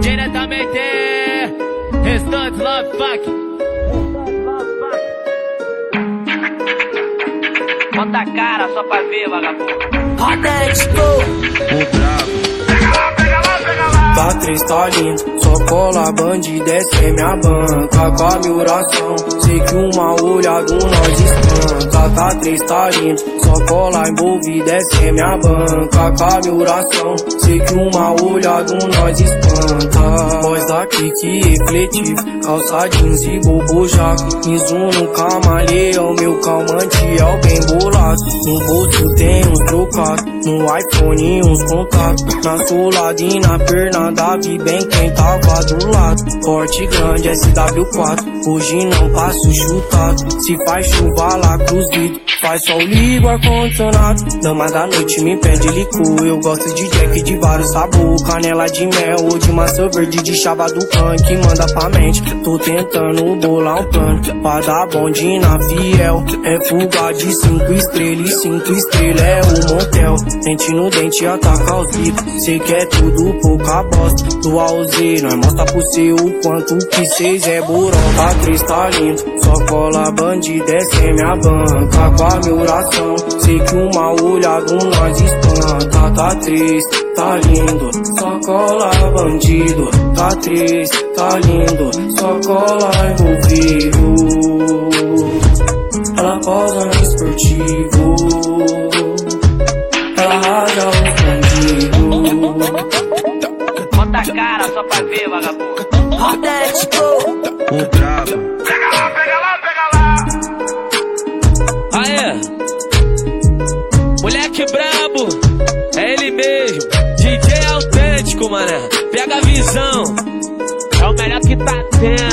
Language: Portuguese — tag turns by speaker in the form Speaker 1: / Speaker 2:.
Speaker 1: Diretamente, Restante Love Fuck. Bota a cara só pra ver, vagabundo.
Speaker 2: O brabo. Tá três, tá lindo, só cola bandida, essa é minha banca. Com a minha oração, sei que uma olhada nós espanta. Tá três, tá lindo, só cola envolvida, essa é minha banca. Com a minha oração, sei que uma olhada nós espanta. Voz daqui que refletivo, calça jeans e bobo jaco. Mizuno, camaleão, meu calmante é o bem bolado. No bolso tem uns trocados, no iPhone uns contatos. Na solada e na perna Davi bem quem tava do lado. Porte grande SW4, hoje não passo chutado. Se faz chuva lá cruzido, faz sol, ligo ar-condicionado. Dama da noite me pede licor, eu gosto de Jack de vários sabor. Canela de mel ou de maçã verde de chava do can que manda pra mente. Tô tentando bolar um plano pra dar bonde na fiel. É fuga de 5 estrelas e 5 estrelas é o motel. Dente no dente ataca os bicos, cê quer tudo pouca bosta. Do AOZ, nós mostra pro seu o quanto que cês é burão. Tá três, tá lindo, só cola bandida, essa é minha banca. Com a minha oração, sei que uma olhada nós espanta. Tá três, tá lindo, só cola bandido. Tá três, tá lindo, só cola envolvido. Ela posa no esportivo, ela rasga os bandidos.
Speaker 1: Bota a cara só pra ver, vagabundo.
Speaker 2: O brabo.
Speaker 1: Pega lá, pega lá, pega lá. Aê, moleque brabo, é ele mesmo. DJ autêntico, mané. Pega a visão, é o melhor que tá tendo.